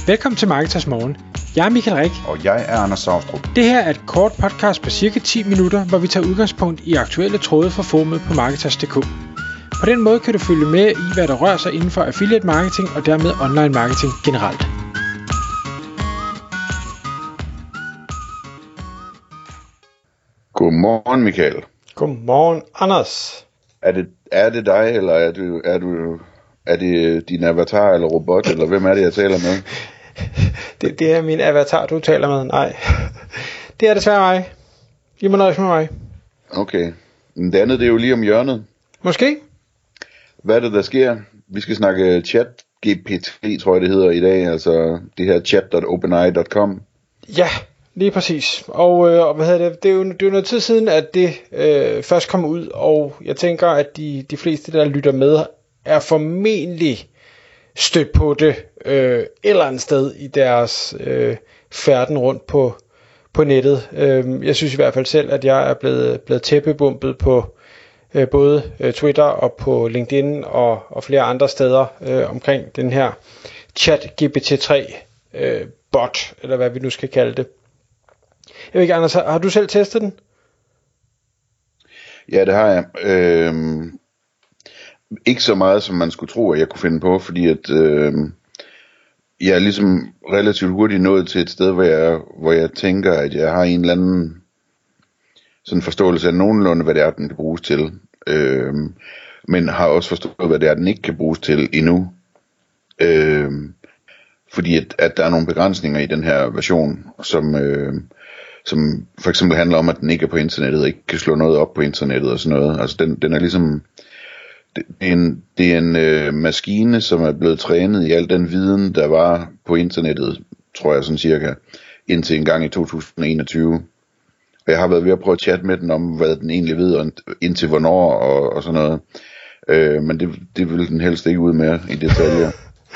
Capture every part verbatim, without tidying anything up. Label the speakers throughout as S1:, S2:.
S1: Velkommen til Marketers Morgen. Jeg er Michael Rik.
S2: Og jeg er Anders Saustrup.
S1: Det her er et kort podcast på cirka ti minutter, hvor vi tager udgangspunkt i aktuelle tråde fra forumet på Marketers punktum d k. På den måde kan du følge med i, hvad der rører sig inden for affiliate marketing og dermed online marketing generelt.
S2: Godmorgen, Michael.
S1: Godmorgen, Anders.
S2: Er det, er det dig, eller er, du, er, du, er det din avatar eller robot, eller hvem er det, jeg taler med?
S1: det, det er min avatar, du taler med. Nej, det er desværre mig. I må nøjes med mig.
S2: Okay. Men det andet, det er jo lige om hjørnet.
S1: Måske.
S2: Hvad er det, der sker? Vi skal snakke chat G P T, tror jeg det hedder i dag. Altså det her chat punktum openai punktum com.
S1: Ja, lige præcis. Og, øh, og hvad hedder det? Det er jo, det er jo noget tid siden, at det øh, først kom ud. Og jeg tænker, at de, de fleste, der lytter med, er formentlig stødt på det øh, et eller andet sted i deres øh, færden rundt på, på nettet. Øh, jeg synes i hvert fald selv, at jeg er blevet, blevet tæppebumpet på øh, både øh, Twitter og på LinkedIn og, og flere andre steder øh, omkring den her chat G P T tre øh, bot, eller hvad vi nu skal kalde det. Jeg ved ikke, Anders, har, har du selv testet den?
S2: Ja, det har jeg. Øhm, ikke så meget, som man skulle tro, at jeg kunne finde på, fordi at øhm, jeg er ligesom relativt hurtigt nået til et sted, hvor jeg, hvor jeg tænker, at jeg har en eller anden sådan forståelse af nogenlunde, hvad det er, den kan bruges til. Øhm, men har også forstået, hvad det er, den ikke kan bruges til endnu. Øhm, fordi at, at der er nogle begrænsninger i den her version, som... Øh, som for eksempel handler om, at den ikke er på internettet, og ikke kan slå noget op på internettet og sådan noget. Altså den, den er ligesom, det, det er en, det er en øh, maskine, som er blevet trænet i al den viden, der var på internettet, tror jeg sådan cirka, indtil en gang i to tusind og enogtyve. Og jeg har været ved at prøve at chatte med den om, hvad den egentlig ved, og indtil hvornår og, og sådan noget. Øh, men det, det vil den helst ikke ud med i detaljer.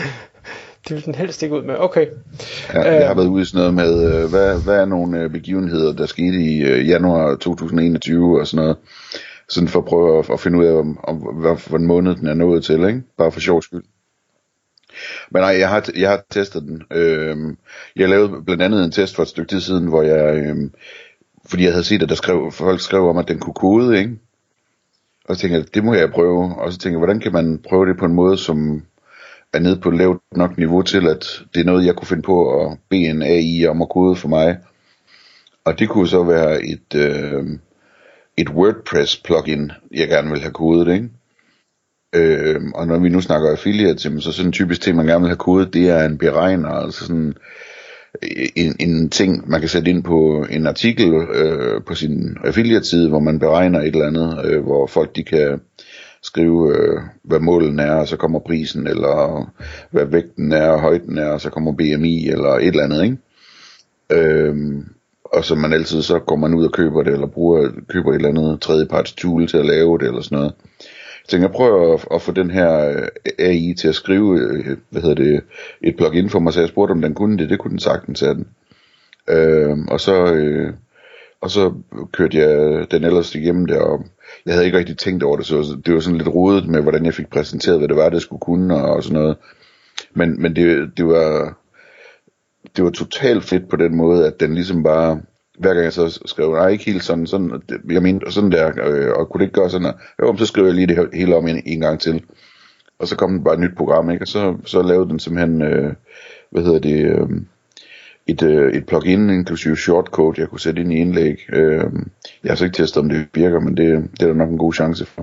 S1: Det vil den helst ikke ud med, okay.
S2: Ja, jeg har været ude i sådan noget med, hvad, hvad er nogle begivenheder, der skete i januar to tusind og enogtyve og sådan noget. Sådan for at prøve at, at finde ud af, om, om hvad for en måned den er nået til, ikke? Bare for sjov skyld. Men nej, jeg har, jeg har testet den. Øhm, jeg lavede blandt andet en test for et stykke tid siden, hvor jeg, øhm, fordi jeg havde set, at der skrev, folk skrev om, at den kunne kode, ikke? Og så tænkte jeg, det må jeg prøve. Og så tænkte jeg, hvordan kan man prøve det på en måde, som er nede på et lavt nok niveau til, at det er noget, jeg kunne finde på at bede en A I om at kode for mig. Og det kunne så være et, øh, et WordPress-plugin, jeg gerne vil have kodet, ikke? Øh, og når vi nu snakker affiliate, så sådan en typisk ting, man gerne vil have kodet, det er en beregner, altså sådan en, en ting, man kan sætte ind på en artikel øh, på sin affiliate-side, hvor man beregner et eller andet, øh, hvor folk de kan skrive, øh, hvad målen er, og så kommer prisen, eller hvad vægten er, og højden er, og så kommer B M I, eller et eller andet, ikke? Øhm, og så man altid, så går man ud og køber det, eller bruger, køber et eller andet tredjeparts tool til at lave det, eller sådan noget. Jeg tænker, jeg prøver at, at få den her A I til at skrive, øh, hvad hedder det, et plugin for mig, så jeg spurgte, om den kunne det, det kunne den sagtens af den. Øhm, og så... Øh, Og så kørte jeg den ellers igennem der, og jeg havde ikke rigtig tænkt over det, så det var sådan lidt rodet med, hvordan jeg fik præsenteret, hvad det var, det skulle kunne, og sådan noget. Men, men det, det var det var totalt fedt på den måde, at den ligesom bare, hver gang jeg så skrev, nej, ikke helt sådan, sådan, jeg mente sådan der, øh, og kunne det ikke gøre sådan, jo, så skrev jeg lige det hele om en, en gang til. Og så kom den bare et nyt program, ikke? Og så, så lavede den simpelthen, øh, hvad hedder det, øh, Et, øh, et plugin, inklusive shortcode, jeg kunne sætte ind i indlæg. Øh, jeg har så ikke testet, om det virker, men det, det er der nok en god chance for.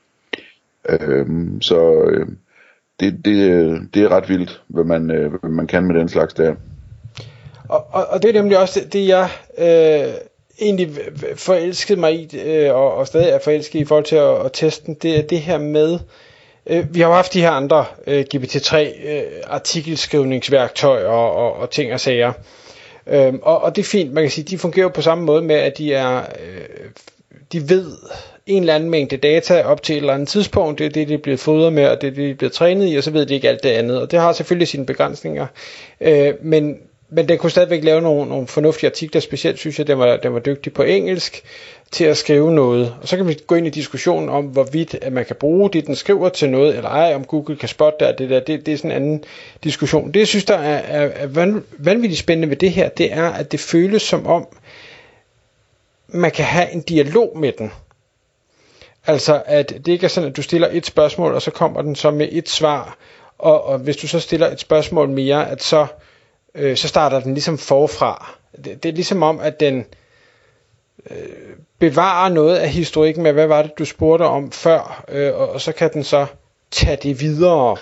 S2: Øh, så øh, det, det, det er ret vildt, hvad man, øh, hvad man kan med den slags der.
S1: Og, og, og det er nemlig også det, det jeg øh, egentlig forelskede mig i, øh, og, og stadig er forelsket i forhold til at, at teste den, det er det her med, øh, vi har jo haft de her andre øh, G P T tre øh, artikelskrivningsværktøjer og, og, og ting og sager. Øhm, og, og det er fint, man kan sige, de fungerer på samme måde med, at de er, øh, de ved en eller anden mængde data op til et eller andet tidspunkt, det er det, de er blevet fodret med, og det er det, de er blevet trænet i, og så ved de ikke alt det andet, og det har selvfølgelig sine begrænsninger. Øh, men men den kunne stadigvæk lave nogle, nogle fornuftige artikler. Specielt synes jeg, den var, den var dygtig på engelsk til at skrive noget. Og så kan vi gå ind i diskussionen om, hvorvidt at man kan bruge det, den skriver til noget, eller ej, om Google kan spotte det, det der. Det, det er sådan en anden diskussion. Det, jeg synes, der er, er, er vanvittigt spændende ved det her, det er, at det føles som om, man kan have en dialog med den. Altså, at det ikke er sådan, at du stiller et spørgsmål, og så kommer den så med et svar, og, og hvis du så stiller et spørgsmål mere, at så, øh, så starter den ligesom forfra. Det, det er ligesom om, at den øh, bevarer noget af historikken med, hvad var det, du spurgte om før, øh, og, og så kan den så tage det videre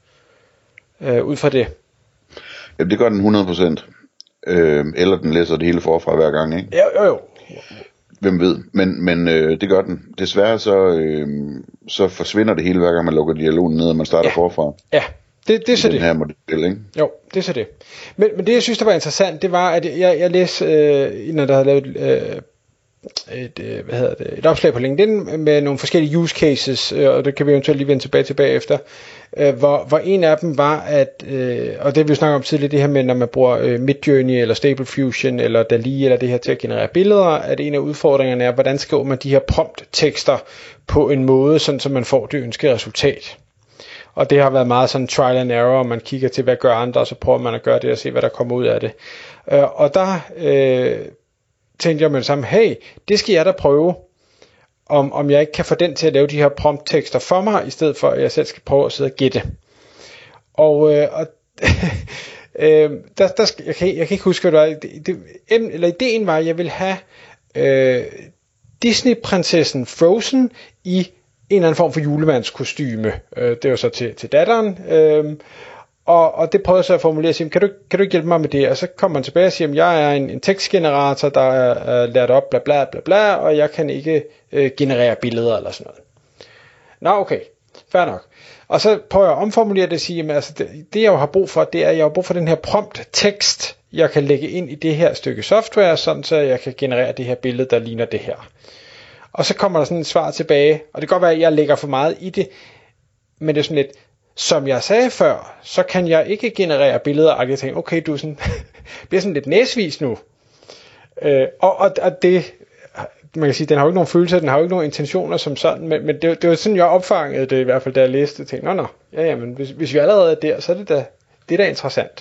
S1: øh, ud fra det.
S2: Jamen, det gør den hundrede procent. Øh, eller den læser det hele forfra hver gang, ikke?
S1: Jo, jo, jo.
S2: Hvem ved, men, men øh, det gør den. Desværre så, øh, så forsvinder det hele hver gang man lukker dialogen ned, og man starter
S1: ja. forfra. Ja, det, det er så
S2: den
S1: det.
S2: her model, ikke?
S1: Jo, det er så det. Men, men det jeg synes der var interessant, det var at jeg, jeg læste, øh, når der havde lavet øh, et, øh, hvad hedder det, et opslag på LinkedIn med nogle forskellige use cases, øh, og det kan vi eventuelt lige vende tilbage tilbage efter, øh, hvor, hvor en af dem var, at, øh, og det vi snakker om tidligere, det her med, når man bruger øh, Midjourney, eller Stable Diffusion, eller DALL-E, eller det her til at generere billeder, at en af udfordringerne er, hvordan skriver man de her prompt-tekster på en måde, sådan så man får det ønskede resultat. Og det har været meget sådan trial and error, og man kigger til, hvad gør andre, og så prøver man at gøre det, og se, hvad der kommer ud af det. Øh, og der øh, tænkte jeg med det samme, hey, det skal jeg da prøve, om, om jeg ikke kan få den til at lave de her prompt-tekster for mig, i stedet for, at jeg selv skal prøve at sidde og gætte. Og, øh, og øh, der, der, jeg, kan, jeg kan ikke huske, hvad det var. Det, det, eller ideen var, at jeg ville have øh, Disney-prinsessen Frozen i en eller anden form for julemandskostyme. Øh, det var så til, til datteren. Øh, og, og det prøvede jeg så at formulere og sige, kan du, kan du ikke hjælpe mig med det? Og så kommer man tilbage og siger, at jeg er en, en tekstgenerator, der er uh, lært op, bla bla bla bla, og jeg kan ikke uh, generere billeder eller sådan noget. Nå okay, fair nok. Og så prøver jeg at omformulere det og sige, at altså, det, det jeg jo har brug for, det er, at jeg har brug for den her prompt tekst, jeg kan lægge ind i det her stykke software, sådan så jeg kan generere det her billede, der ligner det her. Og så kommer der sådan et svar tilbage, og det kan godt være, at jeg lægger for meget i det, men det er sådan lidt, som jeg sagde før, så kan jeg ikke generere billeder, og jeg tænker, okay, du er sådan, bliver sådan lidt næsvis nu. Øh, og, og, og det, man kan sige, den har jo ikke nogen følelser, den har jo ikke nogen intentioner som sådan, men, men det, det var sådan, jeg opfangede det i hvert fald, da jeg læste det, tænkte, nå nå, ja, ja, men hvis, hvis vi allerede er der, så er det da, det er da interessant.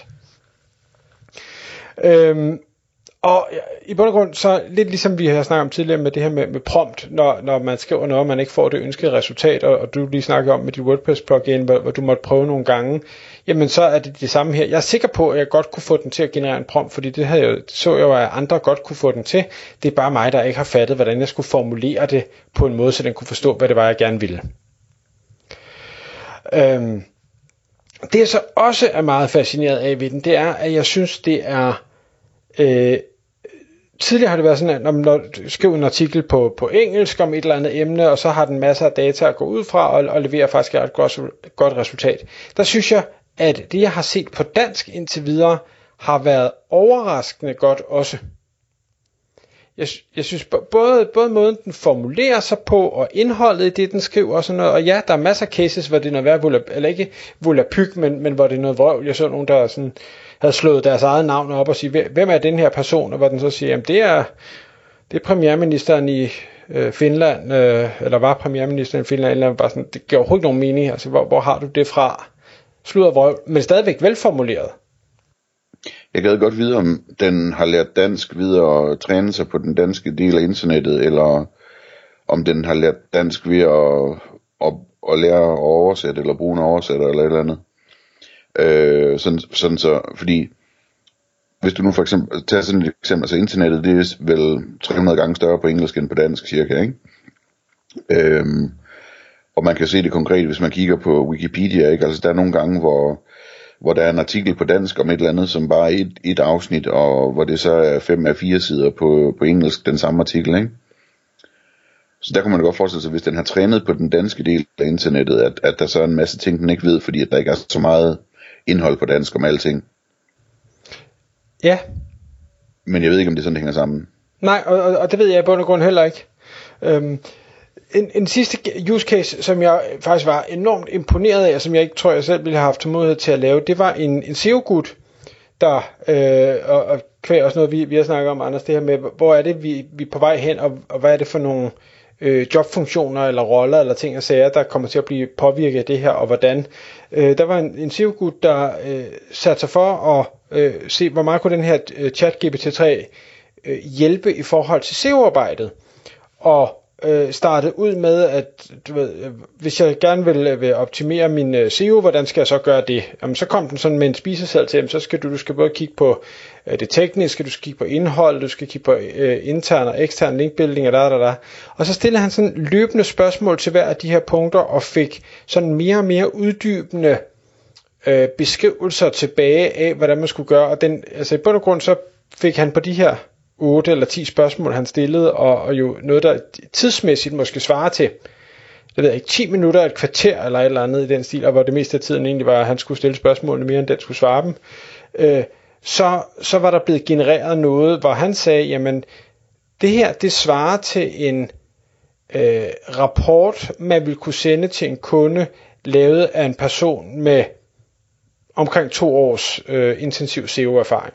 S1: Øhm, og i bund og grund, så lidt ligesom vi har snakket om tidligere med det her med, med prompt, når, når man skriver noget, og man ikke får det ønskede resultat, og, og du lige snakkede om med dit WordPress plugin, hvor, hvor du måtte prøve nogle gange, jamen så er det det samme her. Jeg er sikker på, at jeg godt kunne få den til at generere en prompt, fordi det havde jeg, så jeg jo, at andre godt kunne få den til. Det er bare mig, der ikke har fattet, hvordan jeg skulle formulere det på en måde, så den kunne forstå, hvad det var, jeg gerne ville. Øhm, det jeg så også er meget fascineret af ved den, det er, at jeg synes, det er Øh, tidligere har det været sådan, at når du skriver en artikel på, på engelsk om et eller andet emne, og så har den masser af data at gå ud fra, og, og leverer faktisk et godt, godt resultat. Der synes jeg, at det jeg har set på dansk indtil videre, har været overraskende godt også. Jeg, jeg synes både, både måden den formulerer sig på, og indholdet i det den skriver og sådan noget, og ja, der er masser af cases, hvor det er noget værd, eller ikke volapyk, men, men hvor det er noget vrøvl. Jeg så nogen, der sådan havde slået deres eget navn op og sige, hvem er den her person, og hvor den så siger, jamen det er, det er premierministeren i øh, Finland, øh, eller var premierministeren i Finland, eller bare sådan, det giver overhovedet ikke nogen mening, altså hvor, hvor har du det fra? Sludder vrøvl, men stadigvæk velformuleret.
S2: Jeg gad godt vide, om den har lært dansk ved at træne sig på den danske del af internettet, eller om den har lært dansk ved at, at, at lære at oversætte, eller bruge en oversætter, eller et eller andet. Øh, sådan, sådan så, fordi hvis du nu for eksempel tager sådan et eksempel, altså internettet, det er vel tre hundrede gange større på engelsk end på dansk cirka, ikke? Øhm, og man kan se det konkret, hvis man kigger på Wikipedia, ikke? Altså der er nogle gange, hvor hvor der er en artikel på dansk om et eller andet, som bare er et, et afsnit, og hvor det så er fem af fire sider på, på engelsk, den samme artikel, ikke? Så der kunne man godt forestille sig, hvis den har trænet på den danske del af internettet, at, at der så er en masse ting, den ikke ved, fordi at der ikke er så meget indhold på dansk om alting.
S1: Ja.
S2: Men jeg ved ikke, om det sådan, det hænger sammen.
S1: Nej, og, og, og det ved jeg i bund og grund heller ikke. Øhm, en, en sidste use case, som jeg faktisk var enormt imponeret af, og som jeg ikke tror, jeg selv ville have haft tålmodighed til at lave, det var en, en S E O-gut, der, øh, og, og kvæg også noget, vi, vi har snakket om, Anders, det her med, hvor er det, vi, vi er på vej hen, og, og hvad er det for nogle øh, jobfunktioner, eller roller, eller ting og sager, der kommer til at blive påvirket af det her, og hvordan. Øh, der var en, en S E O-gut, der øh, satte sig for at øh, se, hvor meget kunne den her øh, chat G P T tre øh, hjælpe i forhold til S E O-arbejdet, og øh, startede ud med, at du ved, øh, hvis jeg gerne vil, vil optimere min øh, S E O, hvordan skal jeg så gøre det? Jamen, så kom den sådan med en spiseseddel til, jamen, så skal du, du skal både kigge på øh, det tekniske, du skal kigge på indhold, du skal kigge på øh, intern og ekstern linkbuilding, og der, der, der. Og så stillede han sådan løbende spørgsmål til hver af de her punkter, og fik sådan mere og mere uddybende øh, beskrivelser tilbage af, hvordan man skulle gøre. Og den, altså i bund og grund, så fik han på de her otte eller ti spørgsmål, han stillede, og, og jo noget, der tidsmæssigt måske svarer til, jeg ved ikke, ti minutter, et kvarter, eller et eller andet i den stil, og hvor det meste af tiden egentlig var, at han skulle stille spørgsmålene mere, end den skulle svare dem, øh, så, så var der blevet genereret noget, hvor han sagde, jamen, det her, det svarer til en øh, rapport, man ville kunne sende til en kunde, lavet af en person med omkring to års øh, intensiv S E O-erfaring.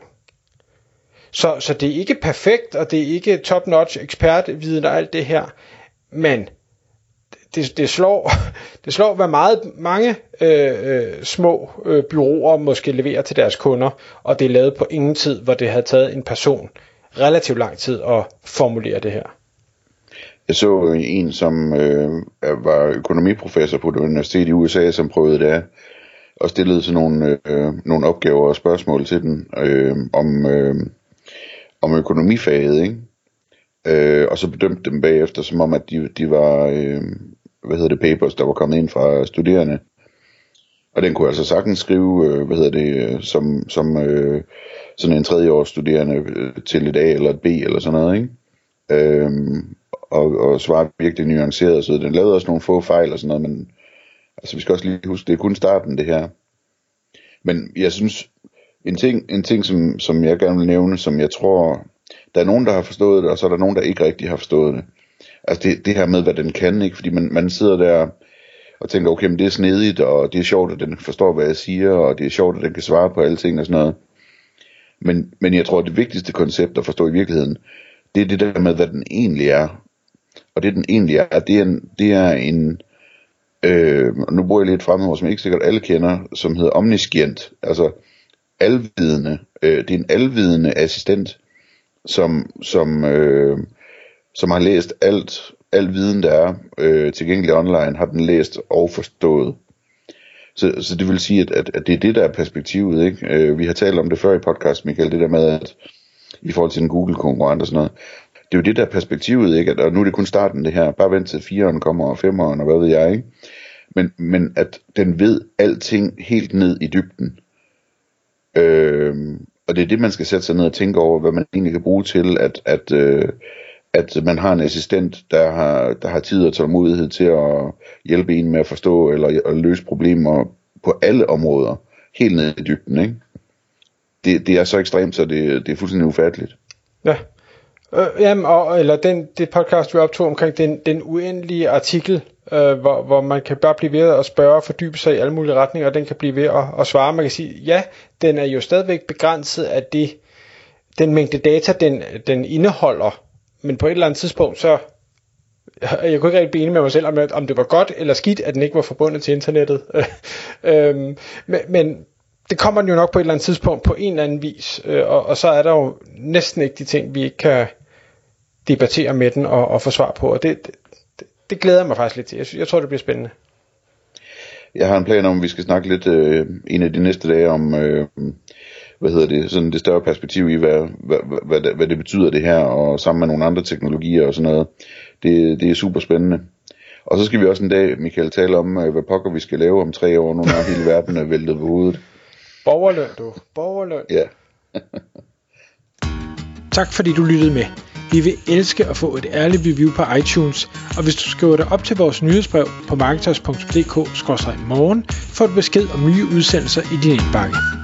S1: Så, så det er ikke perfekt, og det er ikke top-notch ekspertviden og alt det her, men det, det, slår, det slår, hvad meget mange øh, øh, små øh, bureauer måske leverer til deres kunder, og det er lavet på ingen tid, hvor det havde taget en person relativt lang tid at formulere det her.
S2: Jeg så en, som øh, var økonomiprofessor på et universitet i U S A, som prøvede det af, og stillede sådan nogle, øh, nogle opgaver og spørgsmål til den øh, om... Øh, om økonomifaget, ikke? Øh, og så bedømte dem bagefter, som om, at de, de var, øh, hvad hedder det, papers, der var kommet ind fra studerende. Og den kunne altså sagtens skrive, øh, hvad hedder det, som, som øh, sådan en tredjeårs studerende øh, til et A eller et B eller sådan noget, ikke? Øh, og, og svare virkelig nuanceret, så den lavede også nogle få fejl og sådan noget, men altså vi skal også lige huske, det er kun starten det her. Men jeg synes, En ting, en ting som, som jeg gerne vil nævne, som jeg tror, der er nogen, der har forstået det, og så er der nogen, der ikke rigtig har forstået det. Altså det, det her med, hvad den kan, ikke? Fordi man, man sidder der og tænker, okay, men det er snedigt, og det er sjovt, at den forstår, hvad jeg siger, og det er sjovt, at den kan svare på alle ting og sådan noget. Men, men jeg tror, at det vigtigste koncept at forstå i virkeligheden, det er det der med, hvad den egentlig er. Og det den egentlig er, det er en, det er en øh, nu bruger jeg lidt fremmedord, som ikke sikkert alle kender, som hedder omniscient, altså alvidende. Øh, det er en alvidende assistent, som, som, øh, som har læst alt, al viden, der er øh, tilgængelig online, har den læst og forstået. Så, så det vil sige, at, at, at det er det, der er perspektivet, ikke? Øh, vi har talt om det før i podcast, Michael, det der med, at i forhold til en Google-konkurrent og sådan noget, det er jo det, der er perspektivet, ikke? At, og nu er det kun starten det her, bare vent til fireren kommer, og femeren, og hvad ved jeg, ikke? Men, men at den ved alting helt ned i dybden. Øh, og det er det, man skal sætte sig ned og tænke over, hvad man egentlig kan bruge til, at, at, øh, at man har en assistent, der har, der har tid og tålmodighed til at hjælpe en med at forstå eller at løse problemer på alle områder, helt ned i dybden, ikke? Det, det er så ekstremt, så det, det er fuldstændig ufatteligt.
S1: Ja, øh, jamen, og, eller den, det podcast, vi optog omkring den, den uendelige artikel, øh, hvor, hvor man kan bare blive ved at spørge og fordybe sig i alle mulige retninger, og den kan blive ved at, at svare. Man kan sige, ja, den er jo stadigvæk begrænset af det, den mængde data, den, den indeholder, men på et eller andet tidspunkt, så jeg kunne ikke rigtig blive enig med mig selv, om, om det var godt eller skidt, at den ikke var forbundet til internettet. øhm, men, men det kommer den jo nok på et eller andet tidspunkt, på en eller anden vis, øh, og, og så er der jo næsten ikke de ting, vi ikke kan debattere med den og, og få svar på, og det, det, det glæder jeg mig faktisk lidt til. Jeg, jeg tror, det bliver spændende.
S2: Jeg har en plan om, at vi skal snakke lidt øh, en af de næste dage om, øh, hvad hedder det, sådan det større perspektiv i, hvad, hvad, hvad, hvad, hvad det betyder det her, og sammen med nogle andre teknologier og sådan noget. Det, det er super spændende. Og så skal vi også en dag, Michael, tale om, hvad pokker vi skal lave om tre år, nu når hele verden er væltet på hovedet.
S1: Borgerløn, du. Borgerløn.
S2: Ja.
S1: Tak fordi du lyttede med. Vi vil elske at få et ærligt review på iTunes, og hvis du skriver dig op til vores nyhedsbrev på marketers punktum d k skråstreg morgen, får du besked om nye udsendelser i din indbakke.